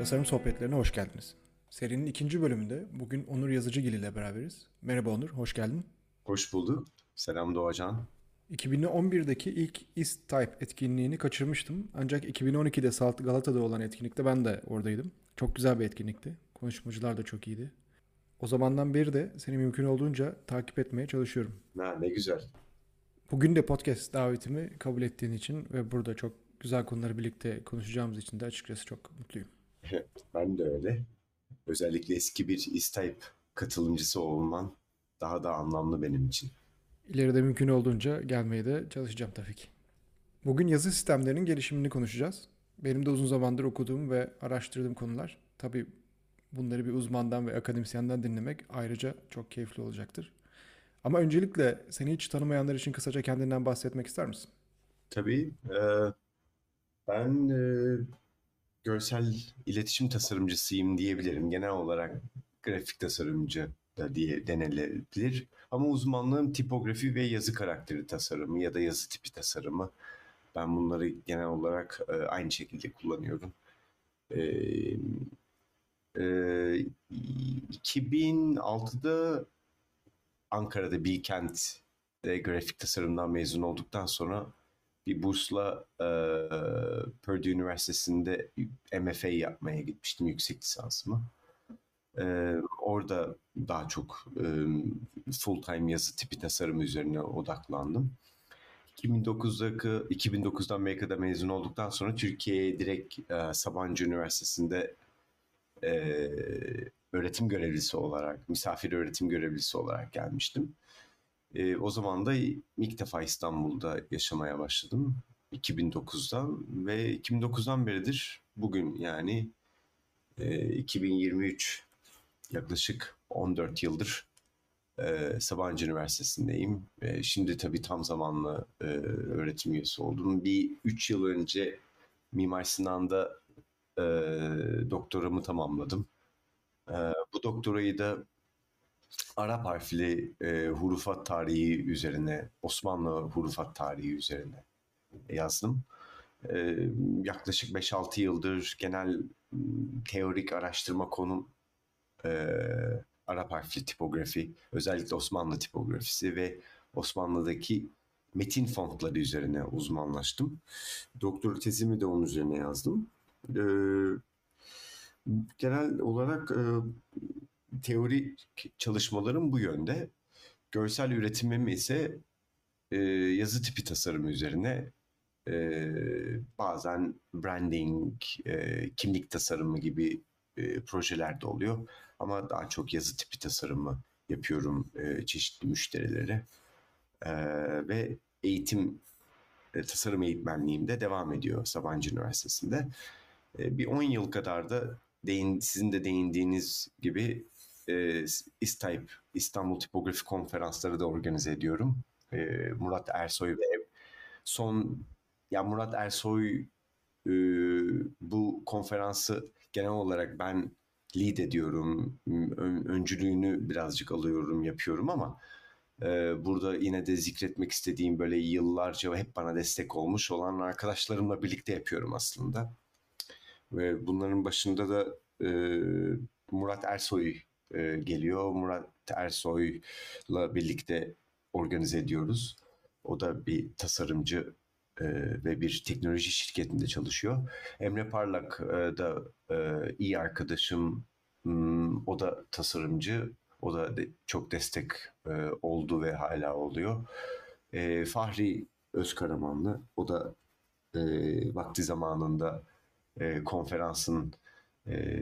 Tasarım Sohbetlerine hoş geldiniz. Serinin ikinci bölümünde bugün Onur Yazıcıgil ile beraberiz. Merhaba Onur, hoş geldin. Hoş bulduk. Selam Doğacan. 2011'deki ilk East-Type etkinliğini kaçırmıştım. Ancak 2012'de Galata'da olan etkinlikte ben de oradaydım. Çok güzel bir etkinlikti. Konuşmacılar da çok iyiydi. O zamandan beri de seni mümkün olduğunca takip etmeye çalışıyorum. Ne güzel. Bugün de podcast davetimi kabul ettiğin için ve burada çok güzel konuları birlikte konuşacağımız için de açıkçası çok mutluyum. Ben de öyle. Özellikle eski bir İSTAYP katılımcısı olman daha da anlamlı benim için. İleride mümkün olduğunca gelmeye de çalışacağım tabii ki. Bugün yazı sistemlerinin gelişimini konuşacağız. Benim de uzun zamandır okuduğum ve araştırdığım konular. Tabii bunları bir uzmandan ve akademisyenden dinlemek ayrıca çok keyifli olacaktır. Ama öncelikle seni hiç tanımayanlar için kısaca kendinden bahsetmek ister misin? Tabii ben görsel iletişim tasarımcısıyım diyebilirim. Genel olarak grafik tasarımcı da diye denilebilir. Ama uzmanlığım tipografi ve yazı karakteri tasarımı ya da yazı tipi tasarımı. Ben bunları genel olarak aynı şekilde kullanıyorum. E, 2006'da Ankara'da Bilkent'te grafik tasarımdan mezun olduktan sonra bir bursla Purdue Üniversitesi'nde MFA yapmaya gitmiştim, yüksek lisansımı. Orada daha çok full time yazı tipi tasarım üzerine odaklandım. 2009'da Amerika'da mezun olduktan sonra Türkiye'ye direkt Sabancı Üniversitesi'nde öğretim görevlisi olarak, misafir öğretim görevlisi olarak gelmiştim. O zaman da ilk defa İstanbul'da yaşamaya başladım 2009'dan ve 2009'dan beridir bugün yani 2023 yaklaşık 14 yıldır Sabancı Üniversitesi'ndeyim. Şimdi tabii tam zamanlı öğretim üyesi oldum. Bir 3 yıl önce Mimar Sinan'da e, doktoramı tamamladım. Bu doktorayı da Arap harfli hurufat tarihi üzerine, Osmanlı hurufat tarihi üzerine yazdım. E, Yaklaşık 5-6 yıldır genel teorik araştırma konum e, Arap harfli tipografi, özellikle Osmanlı tipografisi ve Osmanlı'daki metin fontları üzerine uzmanlaştım. Doktora tezimi de onun üzerine yazdım. E, Genel olarak teori çalışmalarım bu yönde. Görsel üretimim ise yazı tipi tasarımı üzerine bazen branding, kimlik tasarımı gibi projeler de oluyor. Ama daha çok yazı tipi tasarımı yapıyorum çeşitli müşterilere. E, Ve tasarım eğitmenliğim de devam ediyor Sabancı Üniversitesi'nde. Bir 10 yıl kadar da sizin de değindiğiniz gibi İSTYPE, İstanbul Tipografi Konferansları da organize ediyorum. Murat Ersoy ve son Murat Ersoy e, bu konferansı genel olarak ben lead ediyorum. Öncülüğünü birazcık alıyorum, yapıyorum ama burada yine de zikretmek istediğim böyle yıllarca hep bana destek olmuş olan arkadaşlarımla birlikte yapıyorum aslında. Ve bunların başında da e, Murat Ersoy geliyor. Murat Ersoy'la birlikte organize ediyoruz. O da bir tasarımcı ve bir teknoloji şirketinde çalışıyor. Emre Parlak da iyi arkadaşım. O da tasarımcı. O da çok destek oldu ve hala oluyor. Fahri Özkaramanlı. O da vakti zamanında konferansın e,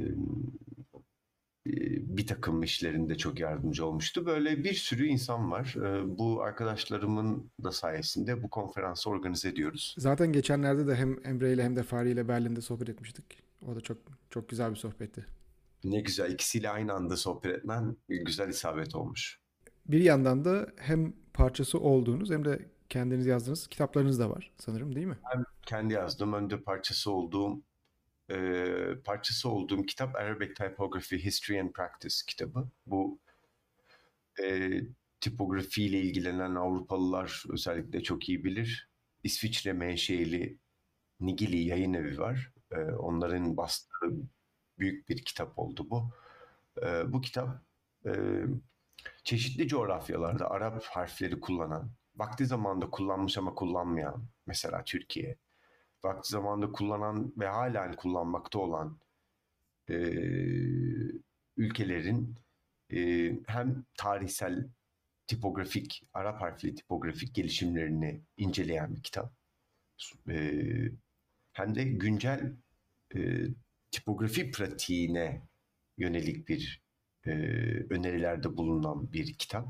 bir takım işlerinde çok yardımcı olmuştu. Böyle bir sürü insan var. Bu arkadaşlarımın da sayesinde bu konferansı organize ediyoruz. Zaten geçenlerde de hem Emre ile hem de Fahri ile Berlin'de sohbet etmiştik. O da çok çok güzel bir sohbetti. Ne güzel, ikisiyle aynı anda sohbet etmen güzel isabet olmuş. Bir yandan da hem parçası olduğunuz hem de kendiniz yazdığınız kitaplarınız da var sanırım, değil mi? Hem kendi yazdığım, önde parçası olduğum kitap Arabic Typography History and Practice kitabı. Bu e, tipografiyle ilgilenen Avrupalılar özellikle çok iyi bilir. İsviçre menşeli Nigili Yayın Evi var. Onların bastığı büyük bir kitap oldu bu. Bu kitap çeşitli coğrafyalarda Arap harfleri kullanan, vakti zamanında kullanmış ama kullanmayan, mesela Türkiye, vakti zamanında kullanan ve halen kullanmakta olan e, ülkelerin hem tarihsel tipografik, Arap harfli tipografik gelişimlerini inceleyen bir kitap. E, Hem de güncel e, tipografi pratiğine yönelik bir önerilerde bulunan bir kitap.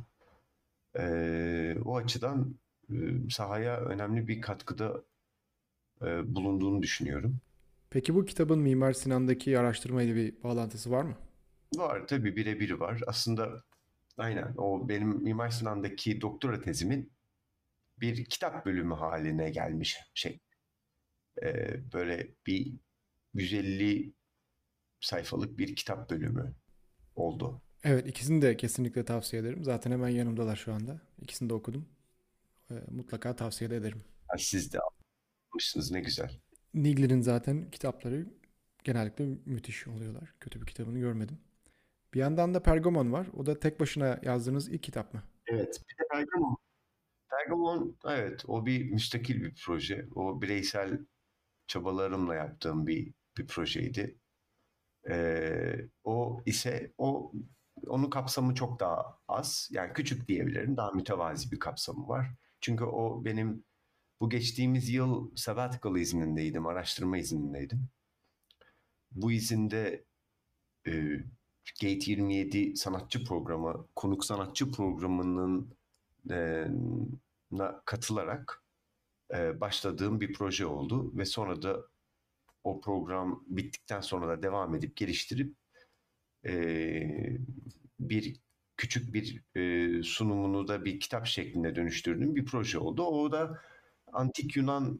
O açıdan sahaya önemli bir katkıda bulunduğunu düşünüyorum. Peki bu kitabın Mimar Sinan'daki araştırmayla bir bağlantısı var mı? Var tabii, birebir var. Aslında aynen o benim Mimar Sinan'daki doktora tezimin bir kitap bölümü haline gelmiş şey. Böyle bir 150 sayfalık bir kitap bölümü oldu. Evet, ikisini de kesinlikle tavsiye ederim. Zaten hemen yanımdalar şu anda. İkisini de okudum. Mutlaka tavsiye de ederim. Ha, siz de almışsınız, ne güzel. Nigler'in zaten kitapları genellikle müthiş oluyorlar. Kötü bir kitabını görmedim. Bir yandan da Pergamon var. O da tek başına yazdığınız ilk kitap mı? Evet, bir de Pergamon. Pergamon, evet, o bir müstakil bir proje. O bireysel çabalarımla yaptığım bir projeydi. O ise onun kapsamı çok daha az. Yani küçük diyebilirim. Daha mütevazi bir kapsamı var. Çünkü o benim bu geçtiğimiz yıl sabbatical iznindeydim, araştırma iznindeydim. Bu izinde e, Gate 27 sanatçı programı, konuk sanatçı programının e, katılarak başladığım bir proje oldu ve sonra da o program bittikten sonra da devam edip geliştirip e, bir küçük bir sunumunu da bir kitap şeklinde dönüştürdüğüm bir proje oldu. O da antik Yunan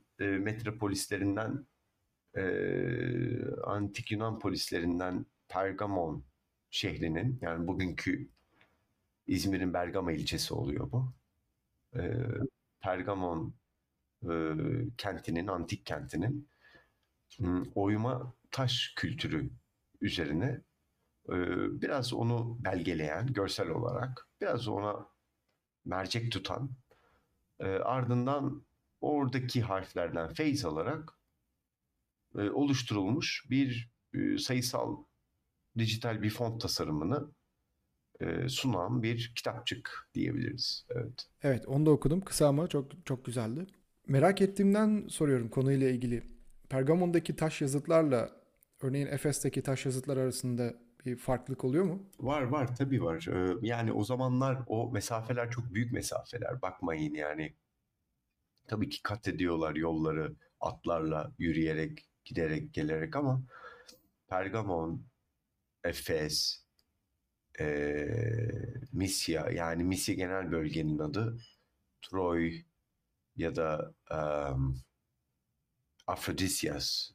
antik Yunan polislerinden Pergamon şehrinin, yani bugünkü İzmir'in Bergama ilçesi oluyor bu. E, Pergamon kentinin, antik kentinin oyma taş kültürü üzerine biraz onu belgeleyen görsel olarak, biraz ona mercek tutan, ardından oradaki harflerden feyz alarak oluşturulmuş bir sayısal dijital bir font tasarımını sunan bir kitapçık diyebiliriz. Evet. Evet, onu da okudum. Kısa ama çok çok güzeldi. Merak ettiğimden soruyorum konuyla ilgili. Pergamon'daki taş yazıtlarla örneğin Efes'teki taş yazıtlar arasında bir farklılık oluyor mu? Var var, tabii var. Yani o zamanlar o mesafeler çok büyük mesafeler. Bakmayın yani. Tabii ki kat ediyorlar yolları atlarla, yürüyerek, giderek, gelerek ama Pergamon, Efes, Misya, yani Misya genel bölgenin adı, Troy ya da Afrodisyas,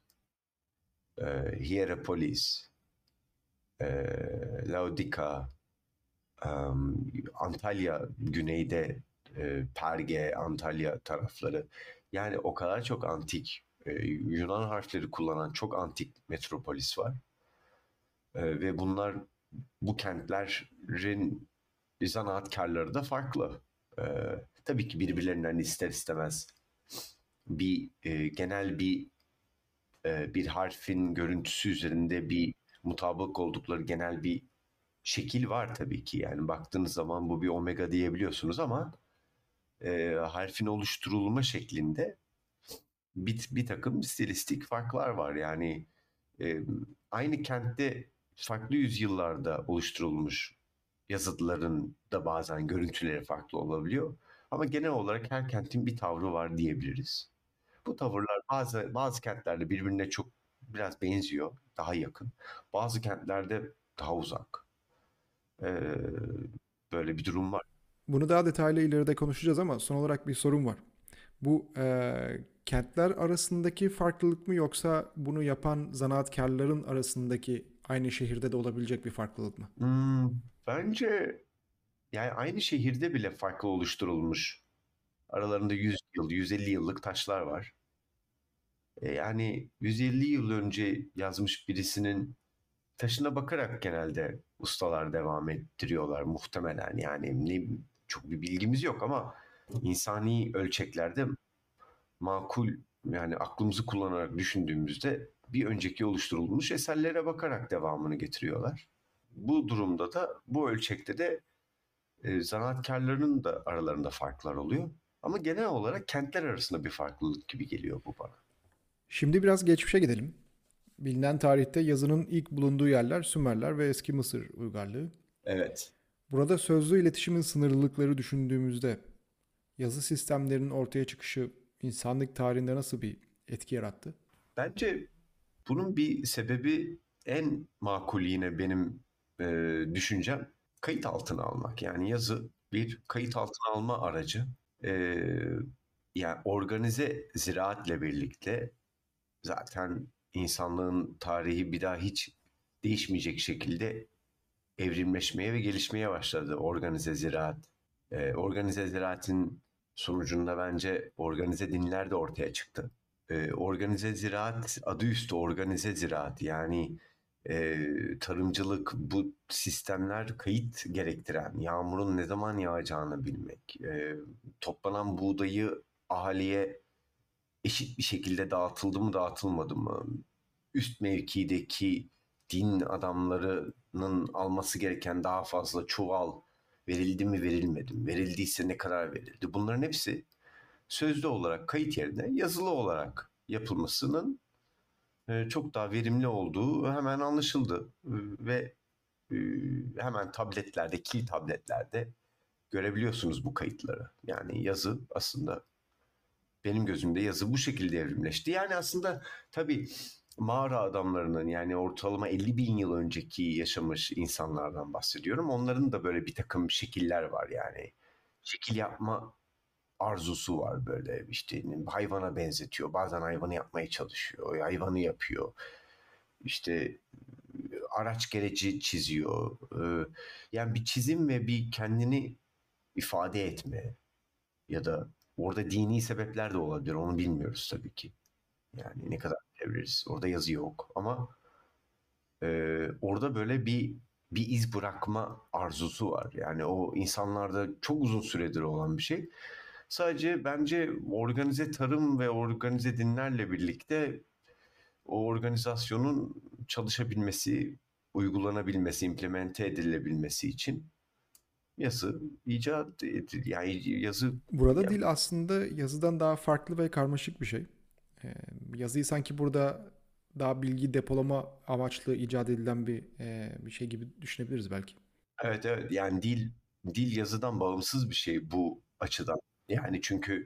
Hierapolis, Laodika, Antalya güneyde, Perge, Antalya tarafları. Yani o kadar çok antik Yunan harfleri kullanan çok antik metropolis var. Ve bu kentlerin zanaatkarları da farklı. E, tabii ki birbirlerinden ister istemez genel bir harfin görüntüsü üzerinde bir mutabık oldukları genel bir şekil var tabii ki. Yani baktığınız zaman bu bir omega diyebiliyorsunuz ama harfin oluşturulma şeklinde bir takım stilistik farklar var. Yani e, aynı kentte farklı yüzyıllarda oluşturulmuş yazıtların da bazen görüntüleri farklı olabiliyor. Ama genel olarak her kentin bir tavrı var diyebiliriz. Bu tavırlar bazı kentlerde birbirine çok biraz benziyor, daha yakın. Bazı kentlerde daha uzak. Ee, Böyle bir durum var. Bunu daha detaylı ileride konuşacağız ama son olarak bir sorum var. Bu kentler arasındaki farklılık mı yoksa bunu yapan zanaatkarların arasındaki aynı şehirde de olabilecek bir farklılık mı? Bence yani aynı şehirde bile farklı oluşturulmuş. Aralarında 100 yıl, 150 yıllık taşlar var. Yani 150 yıl önce yazmış birisinin taşına bakarak genelde ustalar devam ettiriyorlar muhtemelen. Yani çok bir bilgimiz yok ama insani ölçeklerde makul, yani aklımızı kullanarak düşündüğümüzde bir önceki oluşturulmuş eserlere bakarak devamını getiriyorlar. Bu durumda da bu ölçekte de zanaatkarların da aralarında farklar oluyor. Ama genel olarak kentler arasında bir farklılık gibi geliyor bu bana. Şimdi biraz geçmişe gidelim. Bilinen tarihte yazının ilk bulunduğu yerler Sümerler ve Eski Mısır uygarlığı. Evet. Burada sözlü iletişimin sınırlılıkları düşündüğümüzde yazı sistemlerinin ortaya çıkışı insanlık tarihinde nasıl bir etki yarattı? Bence bunun bir sebebi, en makul yine benim düşüncem, kayıt altına almak. Yani yazı bir kayıt altına alma aracı. E, Yani organize ziraatle birlikte zaten insanlığın tarihi bir daha hiç değişmeyecek şekilde evrimleşmeye ve gelişmeye başladı organize ziraat. Organize ziraatin sonucunda bence organize dinler de ortaya çıktı. Organize ziraat adı üstü organize ziraat, yani tarımcılık, bu sistemler kayıt gerektiren, yağmurun ne zaman yağacağını bilmek, toplanan buğdayı ahaliye eşit bir şekilde dağıtıldı mı dağıtılmadı mı, üst mevkideki din adamlarının alması gereken daha fazla çuval verildi mi verilmedi mi, verildiyse ne kadar verildi, bunların hepsi sözlü olarak kayıt yerine yazılı olarak yapılmasının çok daha verimli olduğu hemen anlaşıldı. Ve e, hemen tabletlerde, kil tabletlerde görebiliyorsunuz bu kayıtları. Yani yazı aslında, benim gözümde yazı bu şekilde evrimleşti. Yani aslında tabii mağara adamlarının, yani ortalama 50 bin yıl önceki yaşamış insanlardan bahsediyorum. Onların da böyle bir takım şekiller var yani. Şekil yapma arzusu var böyle, işte hayvana benzetiyor. Bazen hayvanı yapmaya çalışıyor. Hayvanı yapıyor. İşte araç gereci çiziyor. Yani bir çizim ve bir kendini ifade etme, ya da orada dini sebepler de olabilir. Onu bilmiyoruz tabii ki. Yani ne kadar bilebiliriz. Orada yazı yok ama orada böyle bir iz bırakma arzusu var. Yani o insanlarda çok uzun süredir olan bir şey. Sadece bence organize tarım ve organize dinlerle birlikte o organizasyonun çalışabilmesi, uygulanabilmesi, implemente edilebilmesi için yazı icat edildi. Yani yazı Burada ya, dil aslında yazıdan daha farklı ve karmaşık bir şey. Yazıyı sanki burada daha bilgi depolama amaçlı icat edilen bir şey gibi düşünebiliriz belki. evet, evet, yani dil yazıdan bağımsız bir şey bu açıdan. Yani çünkü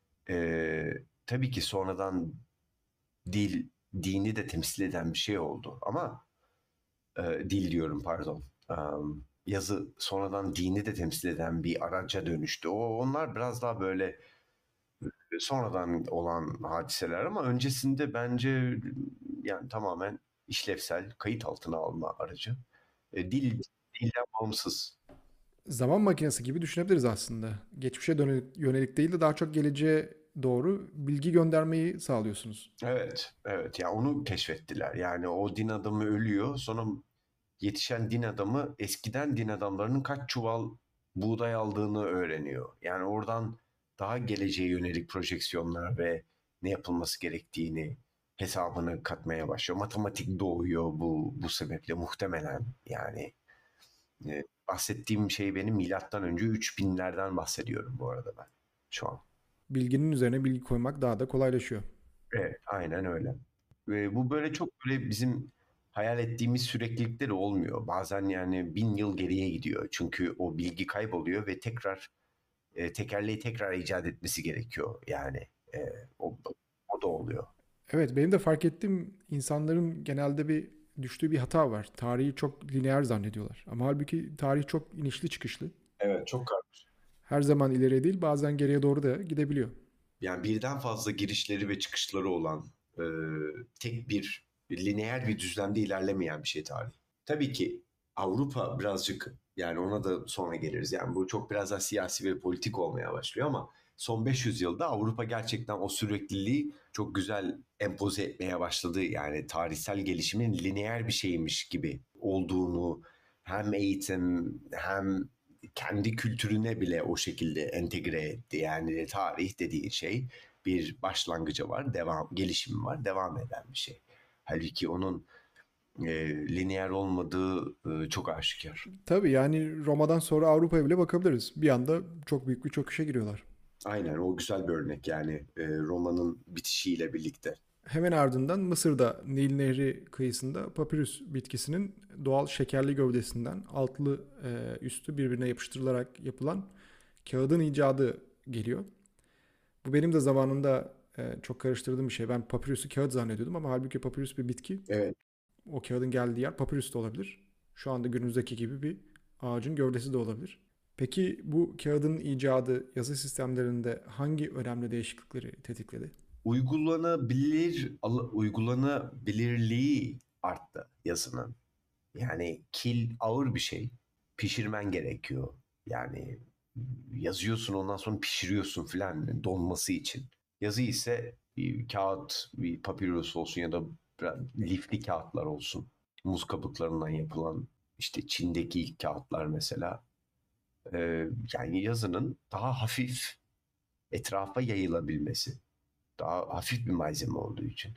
tabii ki sonradan dil dini de temsil eden bir şey oldu ama dil diyorum, pardon. Yazı sonradan dini de temsil eden bir araca dönüştü. Onlar biraz daha böyle sonradan olan hadiseler ama öncesinde bence yani tamamen işlevsel, kayıt altına alma aracı. Dilden bağımsız. Zaman makinesi gibi düşünebiliriz aslında. Geçmişe yönelik değil de daha çok geleceğe doğru bilgi göndermeyi sağlıyorsunuz. Evet, evet. Ya onu keşfettiler. Yani o din adamı ölüyor. Sonra yetişen din adamı eskiden din adamlarının kaç çuval buğday aldığını öğreniyor. Yani oradan daha geleceğe yönelik projeksiyonlar ve ne yapılması gerektiğini hesabını katmaya başlıyor. Matematik doğuyor bu sebeple muhtemelen. Yani bahsettiğim şey benim milattan önce 3000'lerden bahsediyorum bu arada ben şu an. Bilginin üzerine bilgi koymak daha da kolaylaşıyor. Evet, aynen öyle. Ve bu böyle çok böyle bizim hayal ettiğimiz süreklilikte de olmuyor. Bazen yani 1000 yıl geriye gidiyor. Çünkü o bilgi kayboluyor ve tekrar tekerleği tekrar icat etmesi gerekiyor. Yani e, o, o da oluyor. Evet, benim de fark ettiğim insanların genelde düştüğü bir hata var. Tarihi çok lineer zannediyorlar. Ama halbuki tarih çok inişli çıkışlı. Evet, çok karmaşık. Her zaman ileriye değil, bazen geriye doğru da gidebiliyor. Yani birden fazla girişleri ve çıkışları olan e, tek bir lineer bir düzlemde ilerlemeyen bir şey tarih. Tabii ki Avrupa birazcık, yani ona da sonra geliriz. Yani bu çok biraz daha siyasi ve politik olmaya başlıyor ama son 500 yılda Avrupa gerçekten o sürekliliği çok güzel empoze etmeye başladı. Yani tarihsel gelişimin lineer bir şeymiş gibi olduğunu hem eğitim hem kendi kültürüne bile o şekilde entegre etti. Yani tarih dediğin şey bir başlangıcı var, gelişimi var, devam eden bir şey. Halbuki onun lineer olmadığı çok aşikar. Tabii yani Roma'dan sonra Avrupa'ya bile bakabiliriz. Bir anda çok büyük bir çöküşe giriyorlar. Aynen, o güzel bir örnek yani Roma'nın bitişiyle birlikte. Hemen ardından Mısır'da Nil Nehri kıyısında papirüs bitkisinin doğal şekerli gövdesinden altlı üstü birbirine yapıştırılarak yapılan kağıdın icadı geliyor. Bu benim de zamanında çok karıştırdığım bir şey. Ben papirüsü kağıt zannediyordum ama halbuki papirüs bir bitki. Evet. O kağıdın geldiği yer papirüs de olabilir. Şu anda günümüzdeki gibi bir ağacın gövdesi de olabilir. Peki bu kağıdın icadı yazı sistemlerinde hangi önemli değişiklikleri tetikledi? Uygulanabilirliği arttı yazının. Yani kil ağır bir şey. Pişirmen gerekiyor. Yani yazıyorsun, ondan sonra pişiriyorsun filan donması için. Yazı ise bir kağıt, bir papirus olsun ya da lifli kağıtlar olsun. Muz kabuklarından yapılan işte Çin'deki ilk kağıtlar mesela. Yani yazının daha hafif etrafa yayılabilmesi. Daha hafif bir malzeme olduğu için.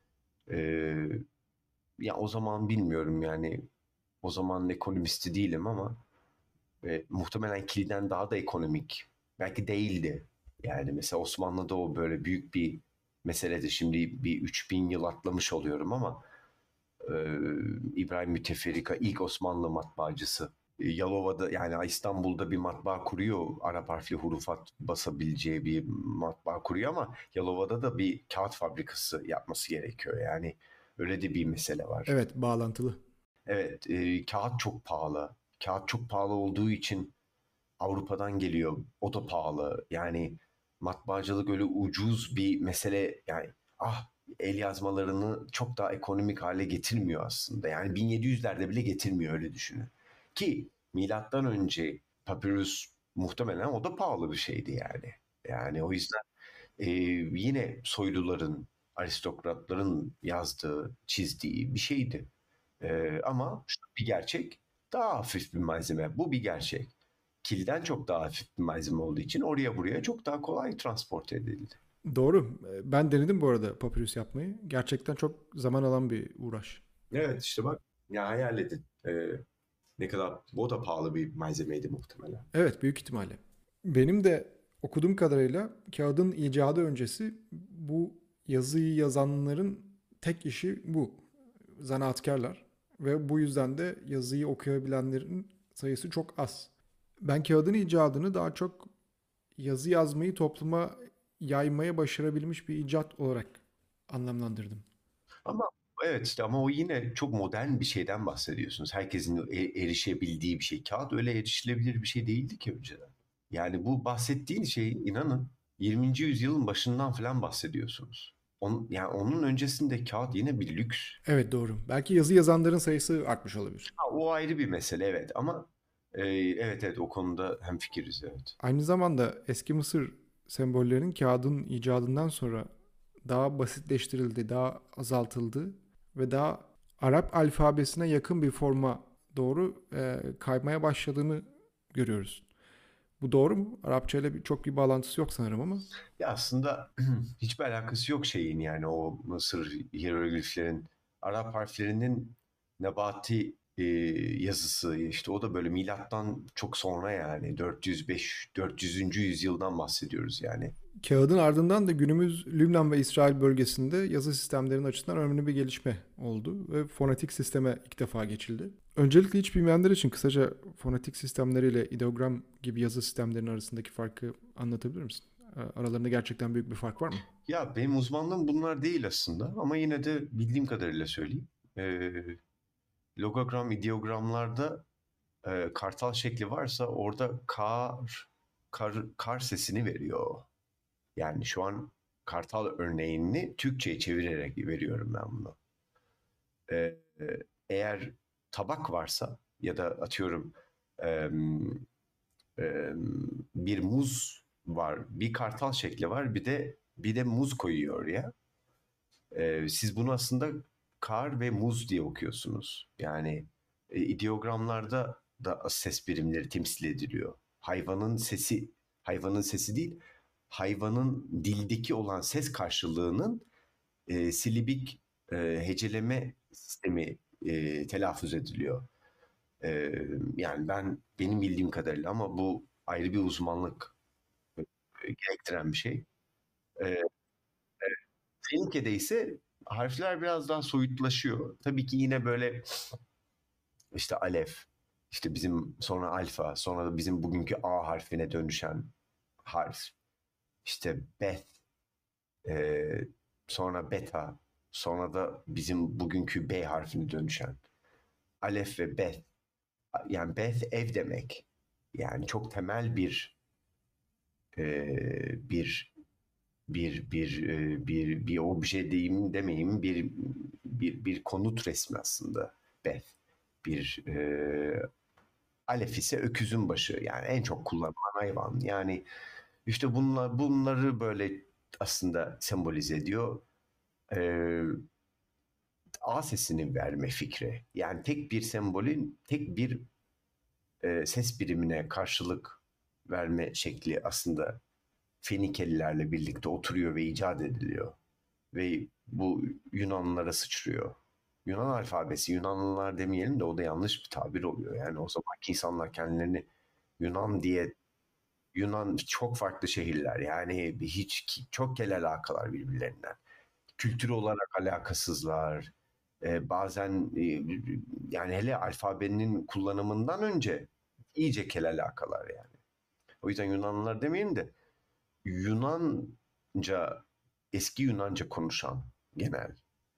Ee, Ya o zaman bilmiyorum yani, o zaman ekonomisti değilim ama muhtemelen kilden daha da ekonomik. Belki değildi. Yani mesela Osmanlı'da o böyle büyük bir meseledir. Şimdi bir 3000 yıl atlamış oluyorum ama e, İbrahim Müteferrika ilk Osmanlı matbaacısı. Yalova'da yani İstanbul'da bir matbaa kuruyor. Arap harfli hurufat basabileceği bir matbaa kuruyor ama Yalova'da da bir kağıt fabrikası yapması gerekiyor. Yani öyle de bir mesele var. Evet, bağlantılı. Evet, kağıt çok pahalı. Kağıt çok pahalı olduğu için Avrupa'dan geliyor. O da pahalı. Yani matbaacılık öyle ucuz bir mesele. Yani el yazmalarını çok daha ekonomik hale getirmiyor aslında. Yani 1700'lerde bile getirmiyor, öyle düşünün. Ki milattan önce papyrus muhtemelen o da pahalı bir şeydi yani. Yani o yüzden yine soyluların, aristokratların yazdığı, çizdiği bir şeydi. Ama şu bir gerçek, daha hafif bir malzeme. Bu bir gerçek. Kilden çok daha hafif bir malzeme olduğu için oraya buraya çok daha kolay transport edildi. Doğru. Ben denedim bu arada papirüs yapmayı. Gerçekten çok zaman alan bir uğraş. Evet, işte bak ya, hayal edin. Ne kadar, o da pahalı bir malzemeydi muhtemelen. Evet, büyük ihtimalle. Benim de okuduğum kadarıyla kağıdın icadı öncesi bu yazıyı yazanların tek işi bu. Zanaatkarlar. Ve bu yüzden de yazıyı okuyabilenlerin sayısı çok az. Ben kağıdın icadını daha çok yazı yazmayı topluma yaymaya başarabilmiş bir icat olarak anlamlandırdım. Ama evet, işte ama o yine çok modern bir şeyden bahsediyorsunuz. Herkesin erişebildiği bir şey. Kağıt öyle erişilebilir bir şey değildi ki önceden. Yani bu bahsettiğin şey, inanın, 20. yüzyılın başından falan bahsediyorsunuz. Yani onun öncesinde kağıt yine bir lüks. Evet, doğru. Belki yazı yazanların sayısı artmış olabilir. O ayrı bir mesele, evet, ama evet evet, o konuda hemfikiriz, evet. Aynı zamanda eski Mısır sembollerinin kağıdın icadından sonra daha basitleştirildi, daha azaltıldı ve daha Arap alfabesine yakın bir forma doğru kaymaya başladığını görüyoruz. Bu doğru mu? Arapça ile çok bir bağlantısı yok sanırım ama. Ya aslında hiçbir alakası yok şeyin, yani o Mısır hierogliflerin Arap harflerinin nebati yazısı, işte o da böyle milattan çok sonra, yani 400. yüzyıldan bahsediyoruz yani. Kağıdın ardından da günümüz Lübnan ve İsrail bölgesinde yazı sistemlerinin açısından önemli bir gelişme oldu ve fonetik sisteme ilk defa geçildi. Öncelikle hiç bilmeyenler için kısaca fonetik sistemleriyle ideogram gibi yazı sistemlerinin arasındaki farkı anlatabilir misin? Aralarında gerçekten büyük bir fark var mı? Ya benim uzmanlığım bunlar değil aslında ama yine de bildiğim kadarıyla söyleyeyim. Logogram, ideogramlarda kartal şekli varsa orada kar sesini veriyor. Yani şu an kartal örneğini Türkçe'ye çevirerek veriyorum ben bunu. Ee, Eğer tabak varsa ya da atıyorum em, bir muz var. Bir kartal şekli var. Bir de muz koyuyor oraya. Siz bunu aslında kar ve muz diye okuyorsunuz. Yani ideogramlarda da ses birimleri temsil ediliyor. Hayvanın sesi değil, hayvanın dildeki olan ses karşılığının silibik heceleme sistemi telaffuz ediliyor. E, Yani benim bildiğim kadarıyla, ama bu ayrı bir uzmanlık gerektiren bir şey. E, Finike'de ise harfler biraz daha soyutlaşıyor. Tabii ki yine böyle işte alef, işte bizim sonra alfa, sonra da bizim bugünkü A harfine dönüşen harf, işte beth, e, sonra beta, sonra da bizim bugünkü B harfine dönüşen alef ve beth. Yani beth ev demek. Yani çok temel e, bir bir obje diyeyim demeyeyim, bir konut resmi aslında Beth. Bir Alef ise öküzün başı, yani en çok kullanılan hayvan. Yani işte bunları böyle aslında sembolize ediyor. Ee, A sesini verme fikri. Yani tek bir sembolün tek bir ses birimine karşılık verme şekli aslında Fenikelilerle birlikte oturuyor ve icat ediliyor. Ve bu Yunanlılara sıçrıyor. Yunan alfabesi, Yunanlılar demeyelim de o da yanlış bir tabir oluyor. Yani o zamanki insanlar kendilerini Yunan diye, Yunan çok farklı şehirler, yani çok kel alakalar birbirlerinden. Kültür olarak alakasızlar. Bazen yani hele alfabenin kullanımından önce iyice kel alakalar yani. O yüzden Yunanlılar demeyelim de Yunanca, eski Yunanca konuşan, genel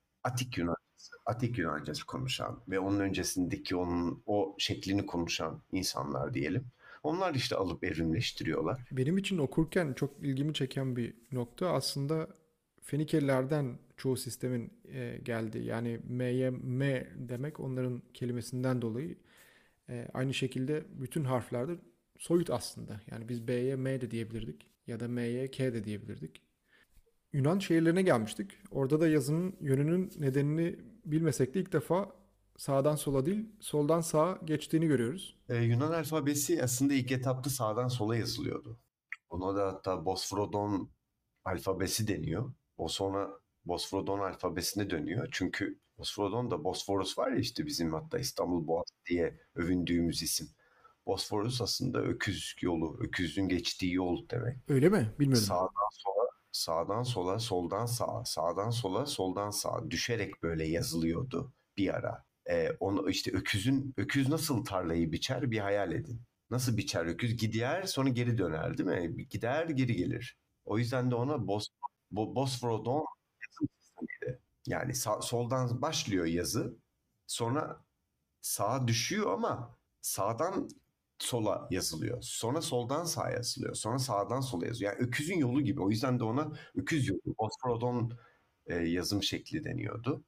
Atik Yunancası konuşan ve onun öncesindeki onun o şeklini konuşan insanlar diyelim. Onlar işte alıp evrimleştiriyorlar. Benim için okurken çok ilgimi çeken bir nokta aslında Fenikelilerden çoğu sistemin geldi. Yani M'ye M demek onların kelimesinden dolayı aynı şekilde bütün harflerde soyut aslında. Yani biz B'ye M de diyebilirdik ya da M'ye K de diyebilirdik. Yunan şehirlerine gelmiştik. Orada da yazının yönünün nedenini bilmesek de ilk defa sağdan sola değil, soldan sağa geçtiğini görüyoruz. Yunan alfabesi aslında ilk etapta sağdan sola yazılıyordu. Ona da hatta Bosforodon alfabesi deniyor. O sonra Bosforodon alfabesine dönüyor. Çünkü Bosforodon da Bosforus var ya, işte bizim hatta İstanbul Boğazı diye övündüğümüz isim. Bosforus aslında öküz yolu, öküzün geçtiği yol demek. Öyle mi? Bilmiyordum. Sağdan sola, sağdan sola, soldan sağa, sağdan sola, soldan sağa düşerek böyle yazılıyordu bir ara. Onu işte öküz nasıl tarlayı biçer bir hayal edin. Nasıl biçer öküz? Gider sonra geri döner, değil mi? Gider geri gelir. O yüzden de ona Bosforodon yazım sistemiydi. Yani soldan başlıyor yazı. Sonra sağa düşüyor ama sağdan sola yazılıyor. Sonra soldan sağa yazılıyor. Sonra sağdan sola yazılıyor. Yani öküzün yolu gibi. O yüzden de ona öküz yolu, Bosforodon yazım şekli deniyordu.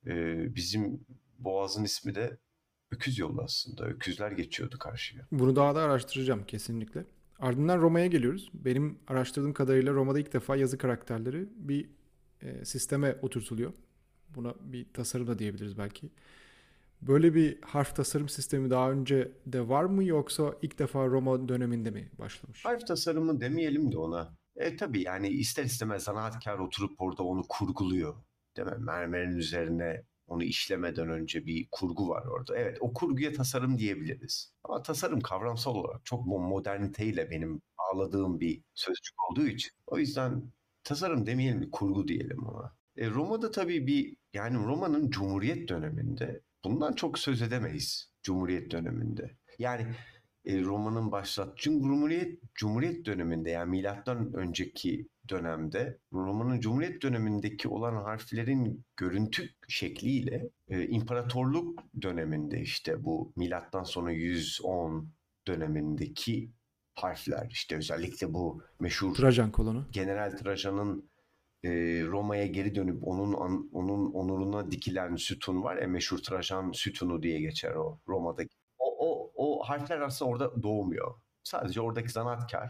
Bizim Boğaz'ın ismi de öküz yolu aslında. Öküzler geçiyordu karşıya. Bunu daha da araştıracağım kesinlikle. Ardından Roma'ya geliyoruz. Benim araştırdığım kadarıyla Roma'da ilk defa yazı karakterleri bir sisteme oturtuluyor. Buna bir tasarım da diyebiliriz belki. Böyle bir harf tasarım sistemi daha önce de var mı yoksa ilk defa Roma döneminde mi başlamış? Harf tasarımı demeyelim de ona. Tabii yani ister istemez zanaatkar oturup orada onu kurguluyor. Değil mi? Mermerin üzerine onu işlemeden önce bir kurgu var orada. Evet, o kurguya tasarım diyebiliriz. Ama tasarım kavramsal olarak çok bu moderniteyle benim bağladığım bir sözcük olduğu için. O yüzden tasarım demeyelim, bir kurgu diyelim ona. Roma'da tabii yani Roma'nın Cumhuriyet döneminde bundan çok söz edemeyiz. Cumhuriyet döneminde. Yani romanın çünkü Cumhuriyet döneminde, yani milattan önceki dönemde, romanın Cumhuriyet dönemindeki olan harflerin görüntü şekliyle imparatorluk döneminde, işte bu milattan sonra 110 dönemindeki harfler, işte özellikle bu meşhur Trajan kolonu. General Trajan'ın Roma'ya geri dönüp onun onuruna dikilen sütun var ya, meşhur Trajan sütunu diye geçer o Roma'daki. O harfler aslında orada doğmuyor. Sadece oradaki zanaatkar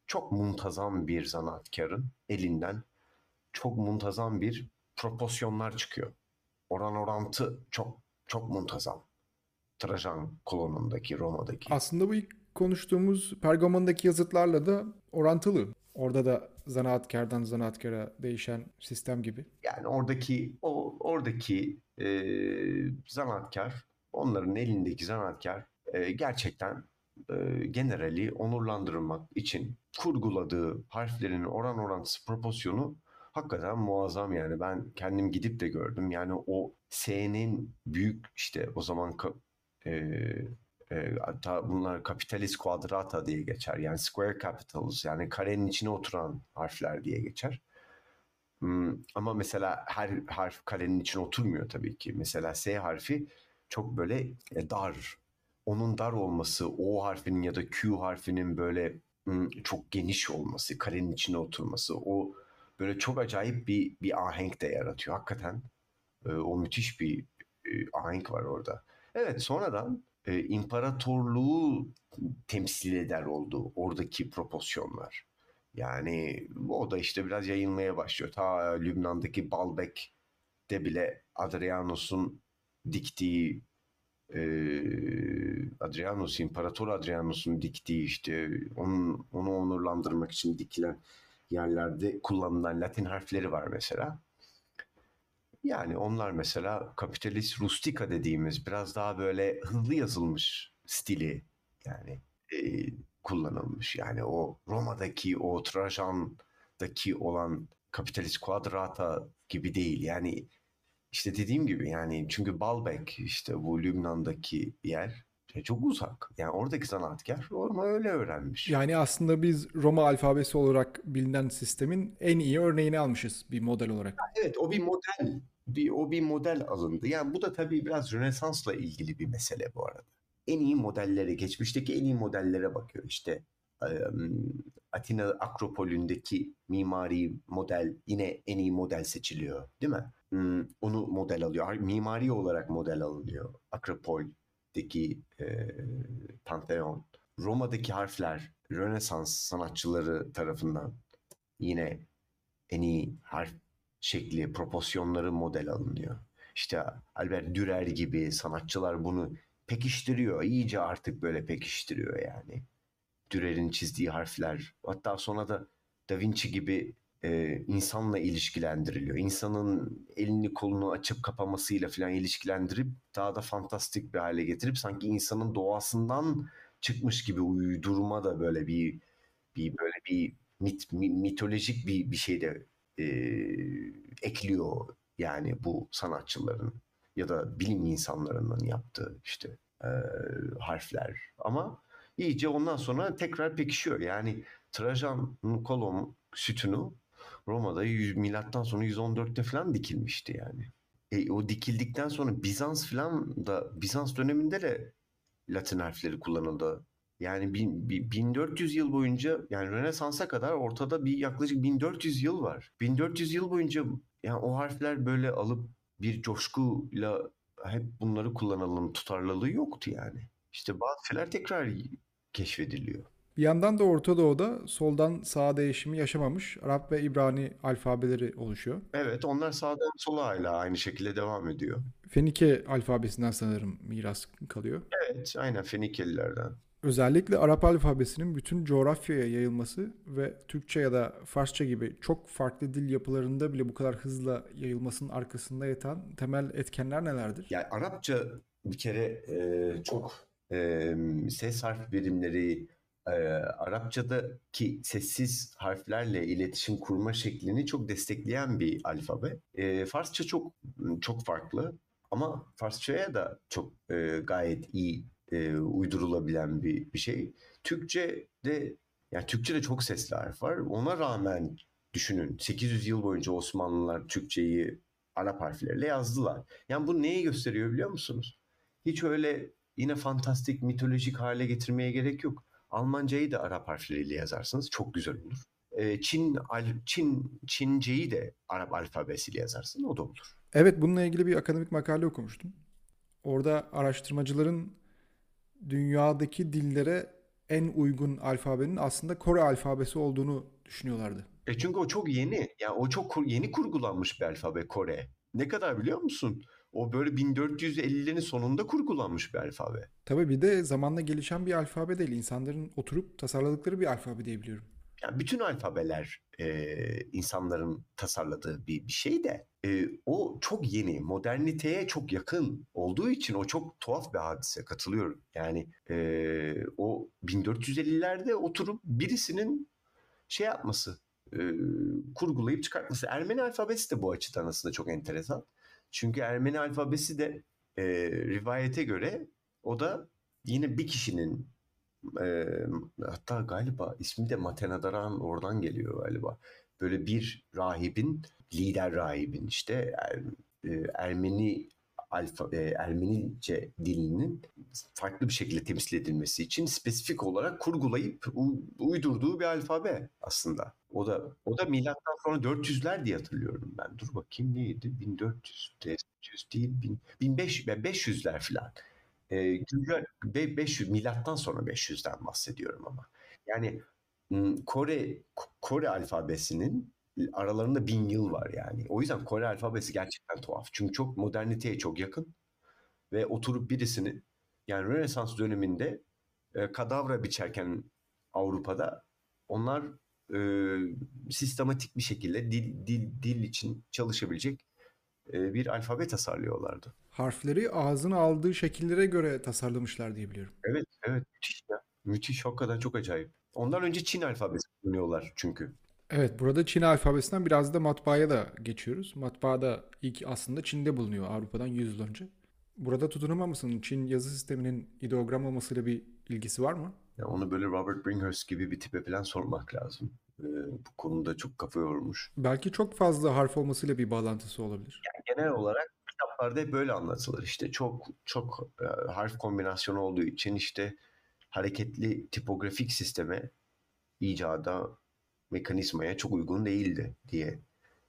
çok muntazam bir zanaatkarın elinden çok muntazam bir proporsiyonlar çıkıyor. Oran orantı çok çok muntazam. Trajan kolonundaki, Roma'daki. Aslında bu ilk konuştuğumuz Pergamon'daki yazıtlarla da orantılı. Orada da zanaatkardan zanaatkara değişen sistem gibi. Yani oradaki zanaatkar, onların elindeki zanaatkar gerçekten generali onurlandırmak için kurguladığı harflerin oran orantısı proporsiyonu hakikaten muazzam yani. Ben kendim gidip de gördüm. Yani o S'nin büyük işte o zaman hatta bunlar capitalis quadrata diye geçer. Yani square capitals yani karenin içine oturan harfler diye geçer. Ama mesela her harf karenin içine oturmuyor tabii ki. Mesela S harfi çok böyle dar. Onun dar olması, O harfinin ya da Q harfinin böyle çok geniş olması, karenin içine oturması, o böyle çok acayip bir ahenk de yaratıyor. Hakikaten o müthiş bir ahenk var orada. Evet, sonradan imparatorluğu temsil eder oldu oradaki proporsiyonlar. Yani o da işte biraz yayılmaya başlıyor. Ta Lübnan'daki Baalbek'te bile Adrianos'un diktiği İmparator Adrianos'un diktiği işte onu onurlandırmak için dikilen yerlerde kullanılan Latin harfleri var mesela. Yani onlar mesela kapitalist rustika dediğimiz biraz daha böyle hızlı yazılmış stili yani e, kullanılmış. Yani o Roma'daki o Trajan'daki olan kapitalist quadrata gibi değil. Yani işte dediğim gibi yani çünkü Baalbek işte bu Lübnan'daki yer çok uzak. Yani oradaki zanaatkar onu öyle öğrenmiş. Yani aslında biz Roma alfabesi olarak bilinen sistemin en iyi örneğini almışız bir model olarak. Evet, o bir model, o bir model alındı. Yani bu da tabii biraz Rönesans'la ilgili bir mesele bu arada. En iyi modellere, geçmişteki en iyi modellere bakıyor. İşte Atina Akropolü'ndeki mimari model yine en iyi model seçiliyor, değil mi? Onu model alıyor. Mimari olarak model alınıyor. Akropol'deki Pantheon. Roma'daki harfler Rönesans sanatçıları tarafından yine en iyi harf şekli, proporsiyonları model alınıyor. İşte Albert Dürer gibi sanatçılar bunu pekiştiriyor. İyice artık böyle pekiştiriyor yani. Dürer'in çizdiği harfler. Hatta sonra da Da Vinci gibi insanla ilişkilendiriliyor. İnsanın elini kolunu açıp kapamasıyla falan ilişkilendirip daha da fantastik bir hale getirip sanki insanın doğasından çıkmış gibi uydurma da böyle böyle bir mitolojik bir şey de e, ekliyor yani bu sanatçıların ya da bilim insanlarının yaptığı işte e, harfler. Ama iyice ondan sonra tekrar pekişiyor. Yani Trajan'ın kolon sütunu Roma'da milattan sonra 114'te falan dikilmişti yani. O dikildikten sonra Bizans döneminde de Latin harfleri kullanıldı. Yani 1400 yıl boyunca yani Rönesans'a kadar ortada bir yaklaşık 1400 yıl var. 1400 yıl boyunca yani o harfler böyle alıp bir coşkuyla hep bunları kullanalım tutarlılığı yoktu yani. İşte bazı şeyler tekrar keşfediliyor. Bir yandan da Orta Doğu'da soldan sağa değişimi yaşamamış Arap ve İbrani alfabeleri oluşuyor. Evet, onlar sağdan sola hala aynı şekilde devam ediyor. Fenike alfabesinden sanırım miras kalıyor. Evet, aynen Fenikelilerden. Özellikle Arap alfabesinin bütün coğrafyaya yayılması ve Türkçe ya da Farsça gibi çok farklı dil yapılarında bile bu kadar hızla yayılmasının arkasında yatan temel etkenler nelerdir? Yani Arapça bir kere çok ses harf birimleri Arapçadaki sessiz harflerle iletişim kurma şeklini çok destekleyen bir alfabe. Farsça çok çok farklı ama Farsçaya da çok gayet iyi uydurulabilen bir şey. Türkçe de yani Türkçe'de çok sesli harf var. Ona rağmen düşünün 800 yıl boyunca Osmanlılar Türkçeyi Arap harfleriyle yazdılar. Yani bu neyi gösteriyor biliyor musunuz? Hiç öyle yine fantastik, mitolojik hale getirmeye gerek yok. Almancayı da Arap harfleriyle yazarsınız. Çok güzel olur. Çinceyi de Arap alfabesiyle yazarsın. O da olur. Evet, bununla ilgili bir akademik makale okumuştum. Orada araştırmacıların dünyadaki dillere en uygun alfabenin aslında Kore alfabesi olduğunu düşünüyorlardı. Çünkü o çok yeni. Yani o çok yeni kurgulanmış bir alfabe Kore. Ne kadar biliyor musun? O böyle 1450'lerin sonunda kurgulanmış bir alfabe. Tabii bir de zamanla gelişen bir alfabe değil. İnsanların oturup tasarladıkları bir alfabe diye biliyorum. Yani bütün alfabeler insanların tasarladığı bir şey de o çok yeni, moderniteye çok yakın olduğu için o çok tuhaf bir hadise. Katılıyorum. Yani o 1450'lerde oturup birisinin şey yapması, e, kurgulayıp çıkartması. Ermeni alfabesi de bu açıdan aslında çok enteresan. Çünkü Ermeni alfabesi de rivayete göre o da yine bir kişinin e, hatta galiba ismi de Matenadaran oradan geliyor galiba. Böyle bir rahibin, lider rahibin işte Ermeni Ermenice dilinin farklı bir şekilde temsil edilmesi için spesifik olarak kurgulayıp uydurduğu bir alfabe aslında. O da milattan sonra 400'ler diye hatırlıyorum ben. Dur bakayım neydi? 1400, 400 değil, 1500'ler falan. Güncel 500 milattan sonra 500'den bahsediyorum ama. Yani Kore alfabesinin aralarında 1000 yıl var yani. O yüzden Kore alfabesi gerçekten tuhaf. Çünkü çok moderniteye çok yakın ve oturup birisini yani Rönesans döneminde kadavra biçerken Avrupa'da onlar e, sistematik bir şekilde dil için çalışabilecek bir alfabe tasarlıyorlardı. Harfleri ağzın aldığı şekillere göre tasarlamışlar diye biliyorum. Evet, evet müthiş ya. Müthiş, hakikaten çok acayip. Ondan önce Çin alfabesi kullanıyorlar çünkü. Evet, burada Çin alfabesinden biraz da matbaaya da geçiyoruz. Matbaa da ilk aslında Çin'de bulunuyor Avrupa'dan 100 yıl önce. Burada tutunamamasının Çin yazı sisteminin ideogram olmasıyla bir ilgisi var mı? Ya onu böyle Robert Bringhurst gibi bir tipe falan sormak lazım. Bu konuda çok kafa yormuş. Belki çok fazla harf olmasıyla bir bağlantısı olabilir. Genel olarak kitaplarda hep böyle anlatılır işte. Çok çok harf kombinasyonu olduğu için işte hareketli tipografik sisteme, icada, mekanizmaya çok uygun değildi diye.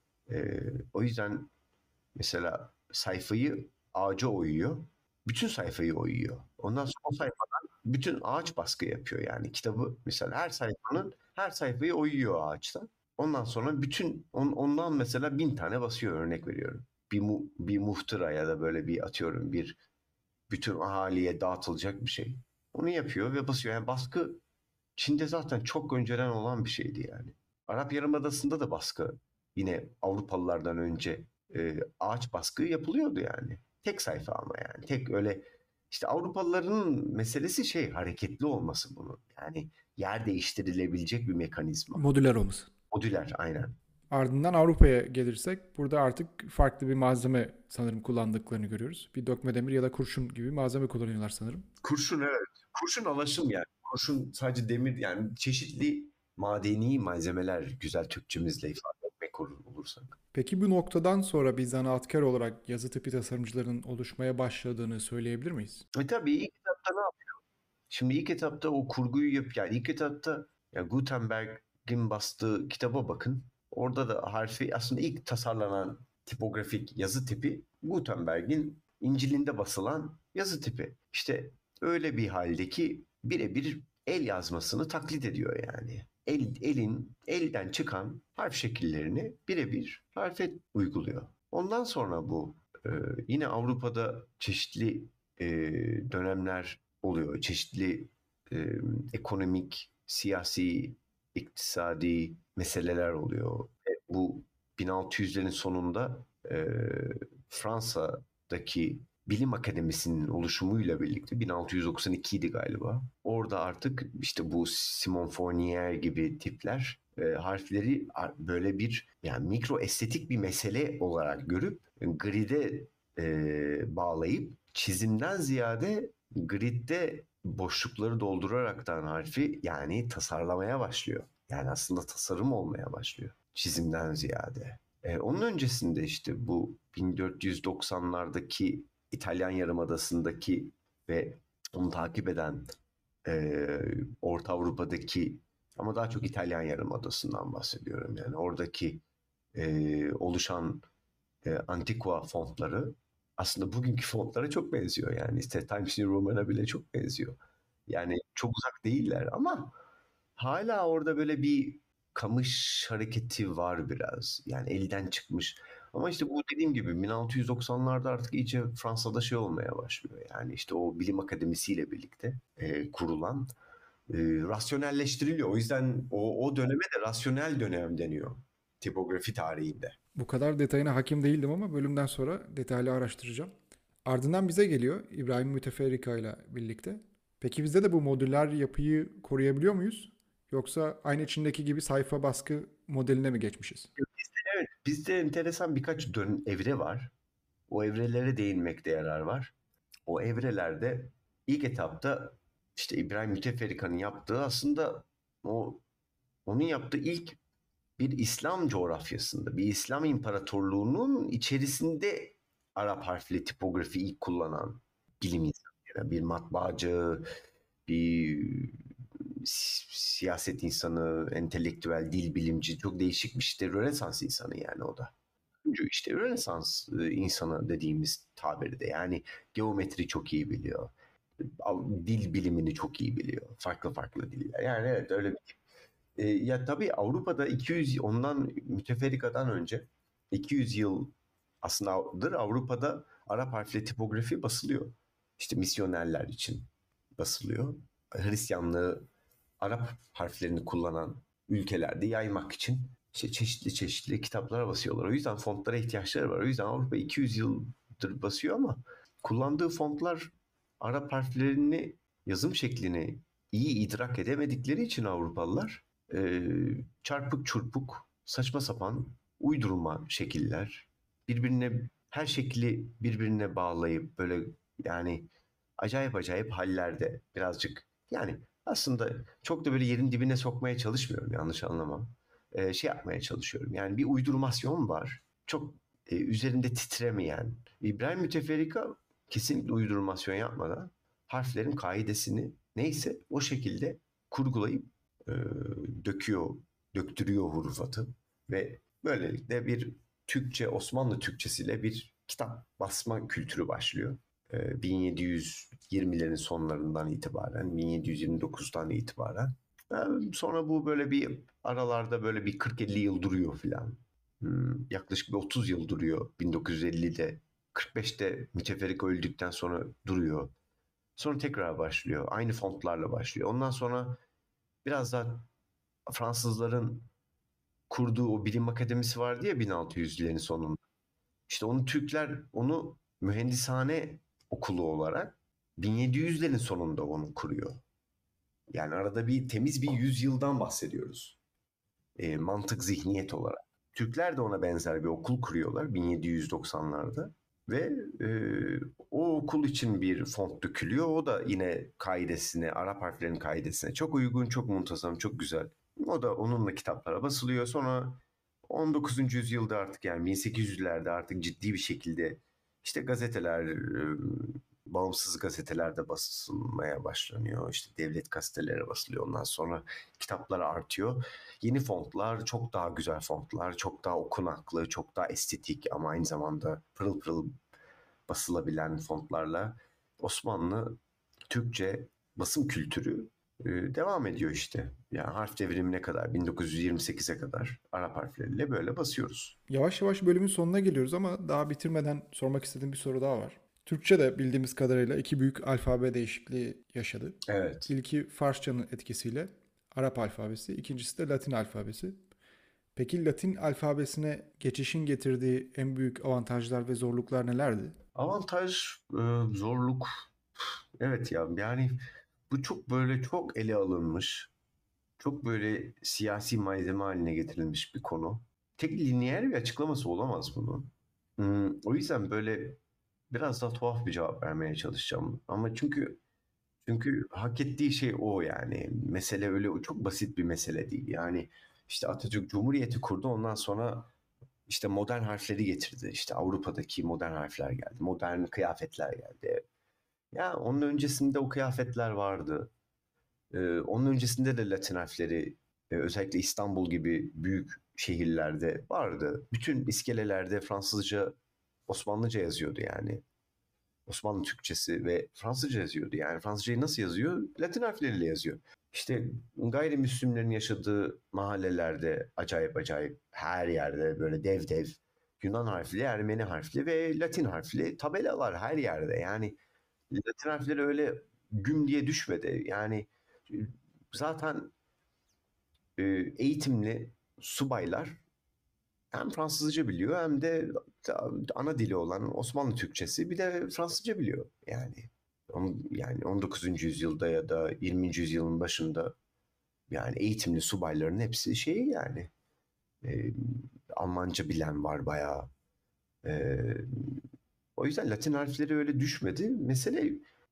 O yüzden mesela sayfayı ağaca oyuyor. Bütün sayfayı oyuyor. Ondan sonra o sayfadan bütün ağaç baskı yapıyor yani. Kitabı mesela her sayfayı oyuyor ağaçtan. Ondan sonra ondan mesela 1000 tane basıyor, örnek veriyorum. Bir muhtıra ya da böyle bir atıyorum bir bütün ahaliye dağıtılacak bir şey. Onu yapıyor ve basıyor. Yani baskı Çin'de zaten çok önceden olan bir şeydi yani. Arap Yarımadası'nda da baskı yine Avrupalılardan önce ağaç baskı yapılıyordu yani. Tek sayfa ama yani. Tek öyle işte Avrupalıların meselesi şey hareketli olması bunun. Yani yer değiştirilebilecek bir mekanizma. Modüler olması. Modüler aynen. Ardından Avrupa'ya gelirsek burada artık farklı bir malzeme sanırım kullandıklarını görüyoruz. Bir dökme demir ya da kurşun gibi malzeme kullanıyorlar sanırım. Kurşun, evet. Kurşun alaşım yani. Kurşun sadece demir yani çeşitli madeni malzemeler, güzel Türkçemizle ifade etmek olursak. Peki bu noktadan sonra bir zanaatkar olarak yazı tipi tasarımcılarının oluşmaya başladığını söyleyebilir miyiz? Tabii ilk etapta ne yapıyor? Şimdi ilk etapta o kurguyu yani ilk etapta ya Gutenberg'in bastığı kitaba bakın. Orada da harfi aslında ilk tasarlanan tipografik yazı tipi Gutenberg'in İncil'inde basılan yazı tipi. İşte öyle bir haldeki birebir el yazmasını taklit ediyor yani. Elden çıkan harf şekillerini birebir harfe uyguluyor. Ondan sonra bu e, yine Avrupa'da çeşitli e, dönemler oluyor. Çeşitli e, ekonomik, siyasi, iktisadi meseleler oluyor. Bu 1600'lerin sonunda Fransa'daki Bilim Akademisi'nin oluşumuyla birlikte 1692 idi galiba. Orada artık işte bu Simon Fournier gibi tipler harfleri böyle bir yani mikro estetik bir mesele olarak görüp grid'e bağlayıp çizimden ziyade gridde boşlukları dolduraraktan harfi yani tasarlamaya başlıyor. Yani aslında tasarım olmaya başlıyor çizimden ziyade. Onun öncesinde işte bu 1490'lardaki İtalyan Yarımadası'ndaki ve onu takip eden Orta Avrupa'daki ama daha çok İtalyan Yarımadası'ndan bahsediyorum. Yani oradaki oluşan Antiqua fontları aslında bugünkü fontlara çok benziyor. Yani işte Times New Roman'a bile çok benziyor. Yani çok uzak değiller ama hala orada böyle bir kamış hareketi var biraz. Yani elden çıkmış. Ama işte bu dediğim gibi 1690'larda artık iyice Fransa'da şey olmaya başlıyor. Yani işte o bilim akademisiyle birlikte kurulan rasyonelleştiriliyor. O yüzden o döneme de rasyonel dönem deniyor tipografi tarihinde. Bu kadar detayına hakim değildim ama bölümden sonra detaylı araştıracağım. Ardından bize geliyor İbrahim Müteferrika ile birlikte. Peki bizde de bu modüler yapıyı koruyabiliyor muyuz? Yoksa aynı içindeki gibi sayfa baskı modeline mi geçmişiz? Evet, bizde enteresan birkaç evre var. O evrelere değinmekte yarar var. O evrelerde ilk etapta işte İbrahim Müteferrika'nın yaptığı aslında o onun yaptığı ilk bir İslam coğrafyasında, bir İslam imparatorluğunun içerisinde Arap harfli tipografi ilk kullanan bilim insanı, yani bir matbaacı, bir siyaset insanı, entelektüel, dil bilimci, çok değişik bir işte Rönesans insanı yani o da. İşte Rönesans insanı dediğimiz tabiri de yani geometri çok iyi biliyor. Dil bilimini çok iyi biliyor. Farklı farklı diller. Yani evet öyle bir ya tabii Avrupa'da 200 ondan müteferrikadan önce 200 yıl aslındadır Avrupa'da Arap harfli tipografi basılıyor. İşte misyonerler için basılıyor. Hristiyanlığı Arap harflerini kullanan ülkelerde yaymak için işte çeşitli çeşitli kitaplara basıyorlar. O yüzden fontlara ihtiyaçları var. O yüzden Avrupa 200 yıldır basıyor ama kullandığı fontlar Arap harflerini yazım şeklini iyi idrak edemedikleri için Avrupalılar e, çarpık çurpuk saçma sapan uydurma şekiller birbirine her şekli birbirine bağlayıp böyle yani acayip acayip hallerde birazcık yani aslında çok da böyle yerin dibine sokmaya çalışmıyorum yanlış anlamam. Şey yapmaya çalışıyorum. Yani bir uydurmasyon var. Çok üzerinde titremeyen. İbrahim Müteferrika kesinlikle uydurmasyon yapmadan harflerin kaidesini neyse o şekilde kurgulayıp e, döküyor, döktürüyor hurufatı ve böylelikle bir Türkçe, Osmanlı Türkçesiyle bir kitap basma kültürü başlıyor. 1720'lerin sonlarından itibaren, 1729'dan itibaren. Sonra bu böyle bir aralarda böyle bir 40-50 yıl duruyor filan. Yaklaşık bir 30 yıl duruyor 1950'de. 45'te Müteferrik öldükten sonra duruyor. Sonra tekrar başlıyor. Aynı fontlarla başlıyor. Ondan sonra biraz daha Fransızların kurduğu o bilim akademisi vardı ya 1600'lerin sonunda. İşte onu Türkler onu mühendishane okulu olarak 1700'lerin sonunda onu kuruyor. Yani arada bir temiz bir 100 yıldan bahsediyoruz. Mantık zihniyet olarak. Türkler de ona benzer bir okul kuruyorlar 1790'larda ve e, o okul için bir font dökülüyor. O da yine kaidesine, Arap harflerinin kaidesine çok uygun, çok muntazam, çok güzel. O da onunla kitaplara basılıyor. Sonra 19. yüzyılda artık yani 1800'lerde artık ciddi bir şekilde işte gazeteler, bağımsız gazetelerde basılmaya başlanıyor. İşte devlet gazetelere basılıyor. Ondan sonra kitaplar artıyor. Yeni fontlar, çok daha güzel fontlar, çok daha okunaklı, çok daha estetik ama aynı zamanda pırıl pırıl basılabilen fontlarla Osmanlı Türkçe basım kültürü devam ediyor işte. Yani harf devrimine kadar 1928'e kadar Arap harfleriyle böyle basıyoruz. Yavaş yavaş bölümün sonuna geliyoruz ama daha bitirmeden sormak istediğim bir soru daha var. Türkçe de bildiğimiz kadarıyla iki büyük alfabe değişikliği yaşadı. Evet. İlki Farsçanın etkisiyle Arap alfabesi, ikincisi de Latin alfabesi. Peki Latin alfabesine geçişin getirdiği en büyük avantajlar ve zorluklar nelerdi? Avantaj, zorluk. Evet ya yani bu çok böyle çok ele alınmış, çok böyle siyasi malzeme haline getirilmiş bir konu. Tek lineer bir açıklaması olamaz bunun. O yüzden böyle biraz daha tuhaf bir cevap vermeye çalışacağım. Ama çünkü hak ettiği şey o yani. Mesele öyle çok basit bir mesele değil. Yani işte Atatürk Cumhuriyeti kurdu ondan sonra işte modern harfleri getirdi. İşte Avrupa'daki modern harfler geldi. Modern kıyafetler geldi. Ya onun öncesinde o kıyafetler vardı. Onun öncesinde de Latin harfleri özellikle İstanbul gibi büyük şehirlerde vardı. Bütün iskelelerde Fransızca, Osmanlıca yazıyordu yani. Osmanlı Türkçesi ve Fransızca yazıyordu. Yani Fransızcayı nasıl yazıyor? Latin harfleriyle yazıyor. İşte gayrimüslimlerin yaşadığı mahallelerde acayip acayip her yerde böyle dev dev Yunan harfli, Ermeni harfli ve Latin harfli tabelalar her yerde. Yani Latin harfleri öyle güm diye düşmedi. Yani zaten eğitimli subaylar hem Fransızca biliyor hem de ana dili olan Osmanlı Türkçesi bir de Fransızca biliyor. Yani 19. yüzyılda ya da 20. yüzyılın başında yani eğitimli subayların hepsi yani e, Almanca bilen var bayağı. E, O yüzden Latin harfleri öyle düşmedi. Mesele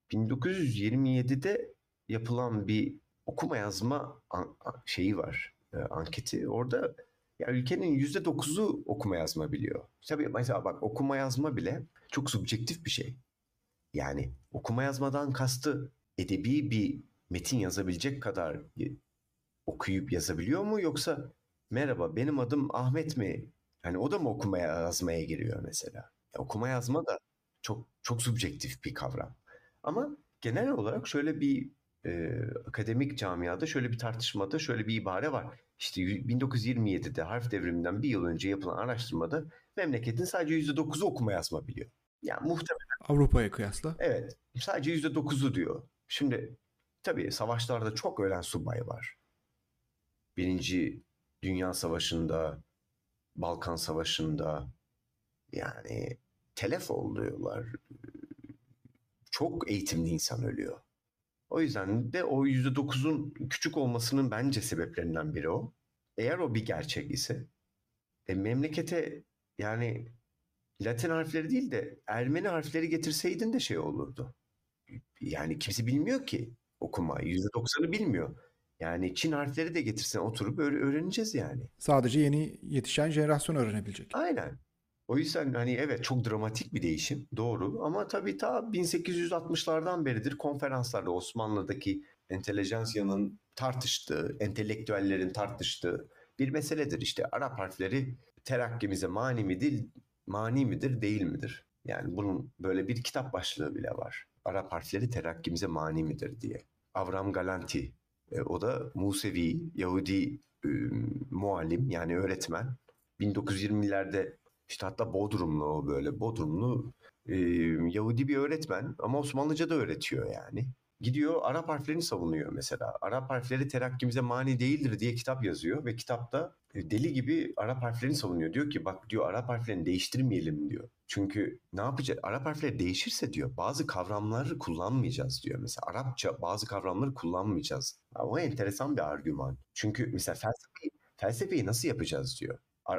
1927'de yapılan bir okuma yazma şeyi var, anketi. Orada ya ülkenin %9'u okuma yazma biliyor. Tabii mesela bak okuma yazma bile çok subjektif bir şey. Yani okuma yazmadan kastı edebi bir metin yazabilecek kadar okuyup yazabiliyor mu yoksa merhaba benim adım Ahmet mi? Yani o da mı okumaya yazmaya giriyor mesela? Okuma yazma da çok çok subjektif bir kavram. Ama genel olarak şöyle bir akademik camiada şöyle bir tartışmada şöyle bir ibare var. İşte 1927'de harf devriminden bir yıl önce yapılan araştırmada memleketin sadece %9'u okuma yazma biliyor. Yani muhtemelen Avrupa'ya kıyasla. evet sadece %9'u diyor. Şimdi tabii savaşlarda çok ölen subay var. Birinci Dünya Savaşı'nda, Balkan Savaşı'nda yani telef oluyorlar. Çok eğitimli insan ölüyor. O yüzden de o %9'un küçük olmasının bence sebeplerinden biri o. Eğer o bir gerçek ise memlekete yani Latin harfleri değil de Ermeni harfleri getirseydin de şey olurdu. Yani kimse bilmiyor ki okumayı. %90'ı bilmiyor. Yani Çin harfleri de getirsen oturup öğreneceğiz yani. Sadece yeni yetişen jenerasyon öğrenebilecek. Aynen. O yüzden hani evet çok dramatik bir değişim doğru ama tabii ta 1860'lardan beridir konferanslarda Osmanlı'daki entelejansiyanın tartıştığı, entelektüellerin tartıştığı bir meseledir. İşte Arap harfleri terakkimize mani midir, değil midir? Yani bunun böyle bir kitap başlığı bile var. Arap harfleri terakkimize mani midir diye. Avram Galanti, o da Musevi, Yahudi muallim yani öğretmen. 1920'lerde işte hatta Bodrumlu o böyle Bodrumlu Yahudi bir öğretmen ama Osmanlıca da öğretiyor yani. Gidiyor Arap harflerini savunuyor mesela. Arap harfleri terakkimize mani değildir diye kitap yazıyor ve kitapta deli gibi Arap harflerini savunuyor. Diyor ki bak diyor Arap harflerini değiştirmeyelim diyor. Çünkü ne yapacak? Arap harfleri değişirse diyor bazı kavramları kullanmayacağız diyor. Mesela Arapça bazı kavramları kullanmayacağız. O enteresan bir argüman. Çünkü mesela felsefeyi nasıl yapacağız diyor.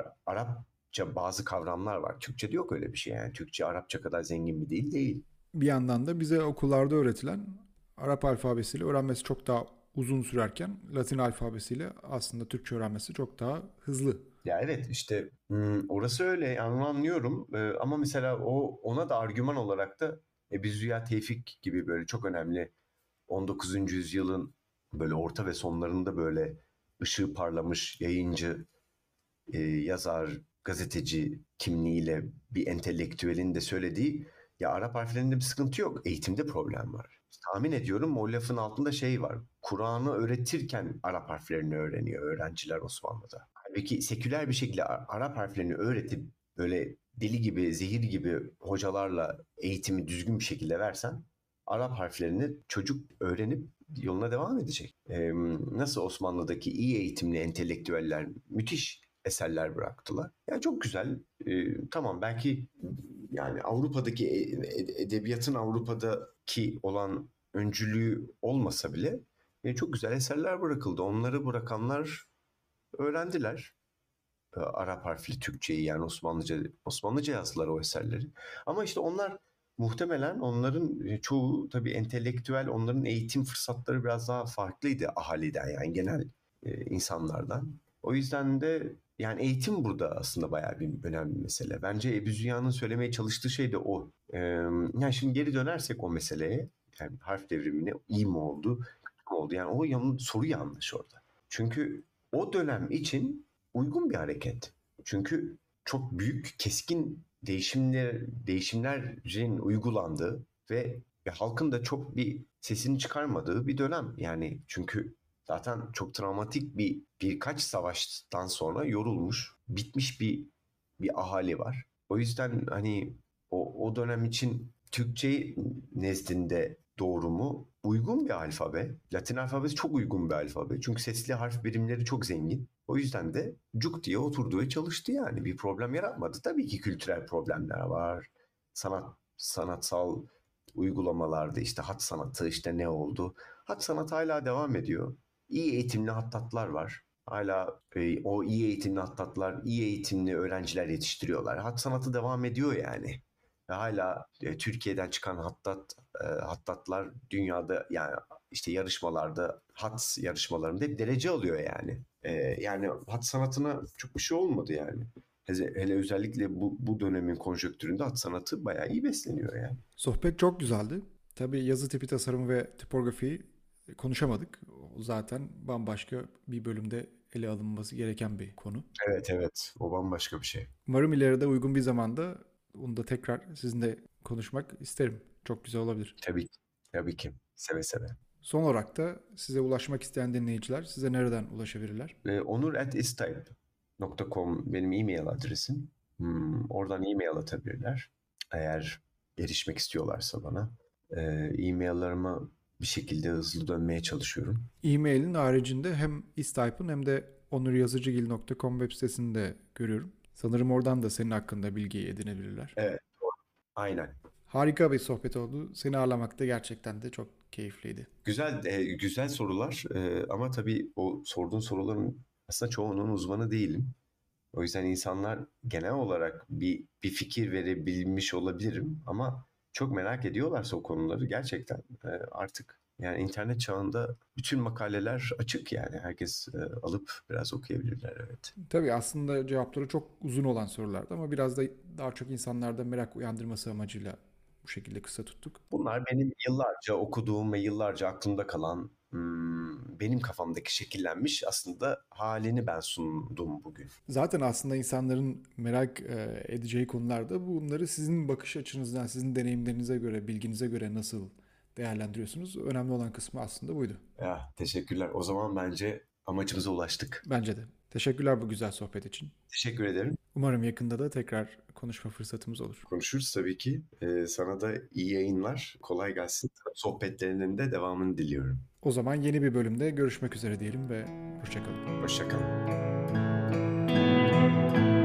Arapça bazı kavramlar var. Türkçe'de yok öyle bir şey yani. Türkçe Arapça kadar zengin bir dil değil. Bir yandan da bize okullarda öğretilen Arap alfabesiyle öğrenmesi çok daha uzun sürerken Latin alfabesiyle aslında Türkçe öğrenmesi çok daha hızlı. Ya evet işte orası öyle yani onu anlıyorum. Ama mesela ona da argüman olarak da biz Ziya Tevfik gibi böyle çok önemli 19. yüzyılın böyle orta ve sonlarında böyle ışığı parlamış yayıncı, yazar, gazeteci kimliğiyle bir entelektüelin de söylediği ya Arap harflerinde bir sıkıntı yok. Eğitimde problem var. Tahmin ediyorum o lafın altında şey var. Kur'an'ı öğretirken Arap harflerini öğreniyor öğrenciler Osmanlı'da. Halbuki seküler bir şekilde Arap harflerini öğretip böyle deli gibi, zehir gibi hocalarla eğitimi düzgün bir şekilde versen Arap harflerini çocuk öğrenip yoluna devam edecek. Nasıl Osmanlı'daki iyi eğitimli entelektüeller müthiş eserler bıraktılar. Yani çok güzel. Tamam belki yani Avrupa'daki edebiyatın Avrupa'daki olan öncülüğü olmasa bile çok güzel eserler bırakıldı. Onları bırakanlar öğrendiler. Arap harfli Türkçeyi yani Osmanlıca yazdılar o eserleri. Ama işte onlar muhtemelen onların çoğu tabii entelektüel onların eğitim fırsatları biraz daha farklıydı ahaliden yani genel insanlardan. O yüzden de yani eğitim burada aslında bayağı bir önemli bir mesele. Bence Ebu Züya'nın söylemeye çalıştığı şey de o. Yani şimdi geri dönersek o meseleye yani harf devrimine iyi mi oldu, kötü mü oldu? Yani soru yanlış orada. Çünkü o dönem için uygun bir hareket. Çünkü çok büyük, keskin değişimlerin uygulandığı ve halkın da çok bir sesini çıkarmadığı bir dönem. Yani çünkü zaten çok travmatik birkaç savaştan sonra yorulmuş, bitmiş bir ahali var. O yüzden hani o dönem için Türkçe nezdinde doğru mu? Uygun bir alfabe. Latin alfabesi çok uygun bir alfabe. Çünkü sesli harf birimleri çok zengin. O yüzden de cuk diye oturdu ve çalıştı yani. Bir problem yaratmadı. Tabii ki kültürel problemler var. Sanatsal uygulamalarda işte hat sanatı işte ne oldu? Hat sanatı hala devam ediyor. İyi eğitimli hattatlar var. Hala o iyi eğitimli hattatlar, iyi eğitimli öğrenciler yetiştiriyorlar. Hat sanatı devam ediyor yani. Ve hala Türkiye'den çıkan hattatlar dünyada yani işte yarışmalarda, hat yarışmalarında hep derece alıyor yani. Yani hat sanatına çok bir şey olmadı yani. Hele özellikle bu dönemin konjonktüründe hat sanatı bayağı iyi besleniyor yani. Sohbet çok güzeldi. Tabii yazı tipi tasarımı ve tipografiyi konuşamadık. O zaten bambaşka bir bölümde ele alınması gereken bir konu. Evet evet, o bambaşka bir şey. Umarım ileride uygun bir zamanda onu da tekrar sizinle konuşmak isterim. Çok güzel olabilir. Tabii ki, tabii ki. Seve seve. Son olarak da size ulaşmak isteyen dinleyiciler size nereden ulaşabilirler? onur@istype.com benim e-mail adresim. Oradan e-mail atabilirler. Eğer erişmek istiyorlarsa bana. E-maillerime bir şekilde hızlı dönmeye çalışıyorum. E-mailin haricinde hem iStype'ın hem de onuryazıcıgil.com web sitesini de görüyorum. Sanırım oradan da senin hakkında bilgi edinebilirler. Evet, aynen. Harika bir sohbet oldu. Seni ağırlamak da gerçekten de çok keyifliydi. Güzel sorular ama tabii o sorduğun soruların aslında çoğunun uzmanı değilim. O yüzden insanlar genel olarak bir fikir verebilmiş olabilirim ama çok merak ediyorlarsa o konuları gerçekten artık yani internet çağında bütün makaleler açık yani herkes alıp biraz okuyabilirler, evet. Tabii aslında cevapları çok uzun olan sorulardı ama biraz da daha çok insanlarda merak uyandırması amacıyla bu şekilde kısa tuttuk. Bunlar benim yıllarca okuduğum ve yıllarca aklımda kalan benim kafamdaki şekillenmiş aslında halini ben sundum bugün. Zaten aslında insanların merak edeceği konularda bunları sizin bakış açınızdan, sizin deneyimlerinize göre, bilginize göre nasıl değerlendiriyorsunuz? Önemli olan kısmı aslında buydu. Ya, teşekkürler. O zaman bence amacımıza ulaştık. Bence de. Teşekkürler bu güzel sohbet için. Teşekkür ederim. Umarım yakında da tekrar konuşma fırsatımız olur. Konuşuruz tabii ki. Sana da iyi yayınlar. Kolay gelsin. Sohbetlerinin de devamını diliyorum. O zaman yeni bir bölümde görüşmek üzere diyelim ve hoşça kalın. Hoşça kalın.